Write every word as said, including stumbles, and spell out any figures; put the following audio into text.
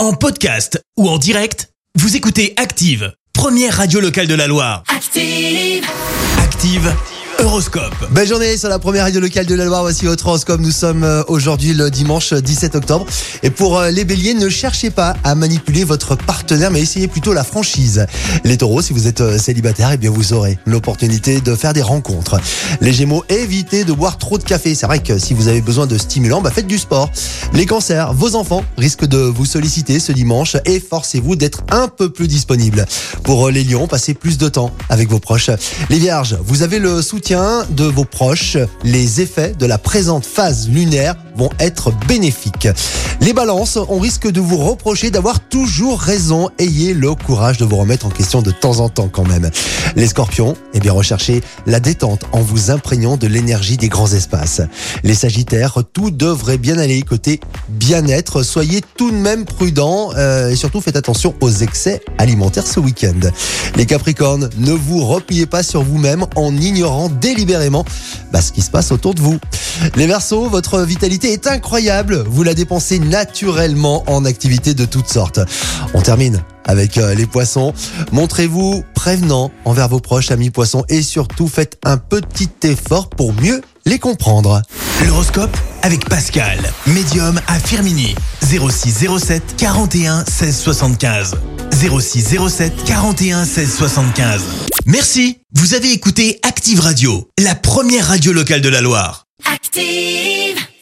En podcast ou en direct, vous écoutez Active, première radio locale de la Loire. Active, Active Horoscope. Belle journée sur la première radio locale de la Loire. Voici votre horoscope. Nous sommes aujourd'hui le dimanche dix-sept octobre. Et pour les béliers, ne cherchez pas à manipuler votre partenaire, mais essayez plutôt la franchise. Les taureaux, si vous êtes célibataire, eh bien vous aurez l'opportunité de faire des rencontres. Les gémeaux, évitez de boire trop de café. C'est vrai que si vous avez besoin de stimulants, bah faites du sport. Les cancers, vos enfants risquent de vous solliciter ce dimanche. Efforcez-vous d'être un peu plus disponible. Pour les lions, passez plus de temps avec vos proches. Les vierges, vous avez le soutien de vos proches. Les effets de la présente phase lunaire vont être bénéfiques. Les balances, on risque de vous reprocher d'avoir toujours raison. Ayez le courage de vous remettre en question de temps en temps quand même. Les scorpions, eh bien recherchez la détente en vous imprégnant de l'énergie des grands espaces. Les sagittaires, tout devrait bien aller côté bien-être. Soyez tout de même prudents euh, et surtout faites attention aux excès alimentaires ce week-end. Les capricornes, ne vous repliez pas sur vous-même en ignorant délibérément bah, ce qui se passe autour de vous. Les Verseaux, votre vitalité est incroyable. Vous la dépensez naturellement en activités de toutes sortes. On termine avec euh, les poissons. Montrez-vous prévenant envers vos proches amis poissons et surtout faites un petit effort pour mieux les comprendre. L'horoscope avec Pascal, médium à Firminy. zéro six zéro sept quarante et un seize soixante-quinze. zéro six zéro sept quarante et un seize soixante-quinze. Merci. Vous avez écouté Active Radio, la première radio locale de la Loire. active.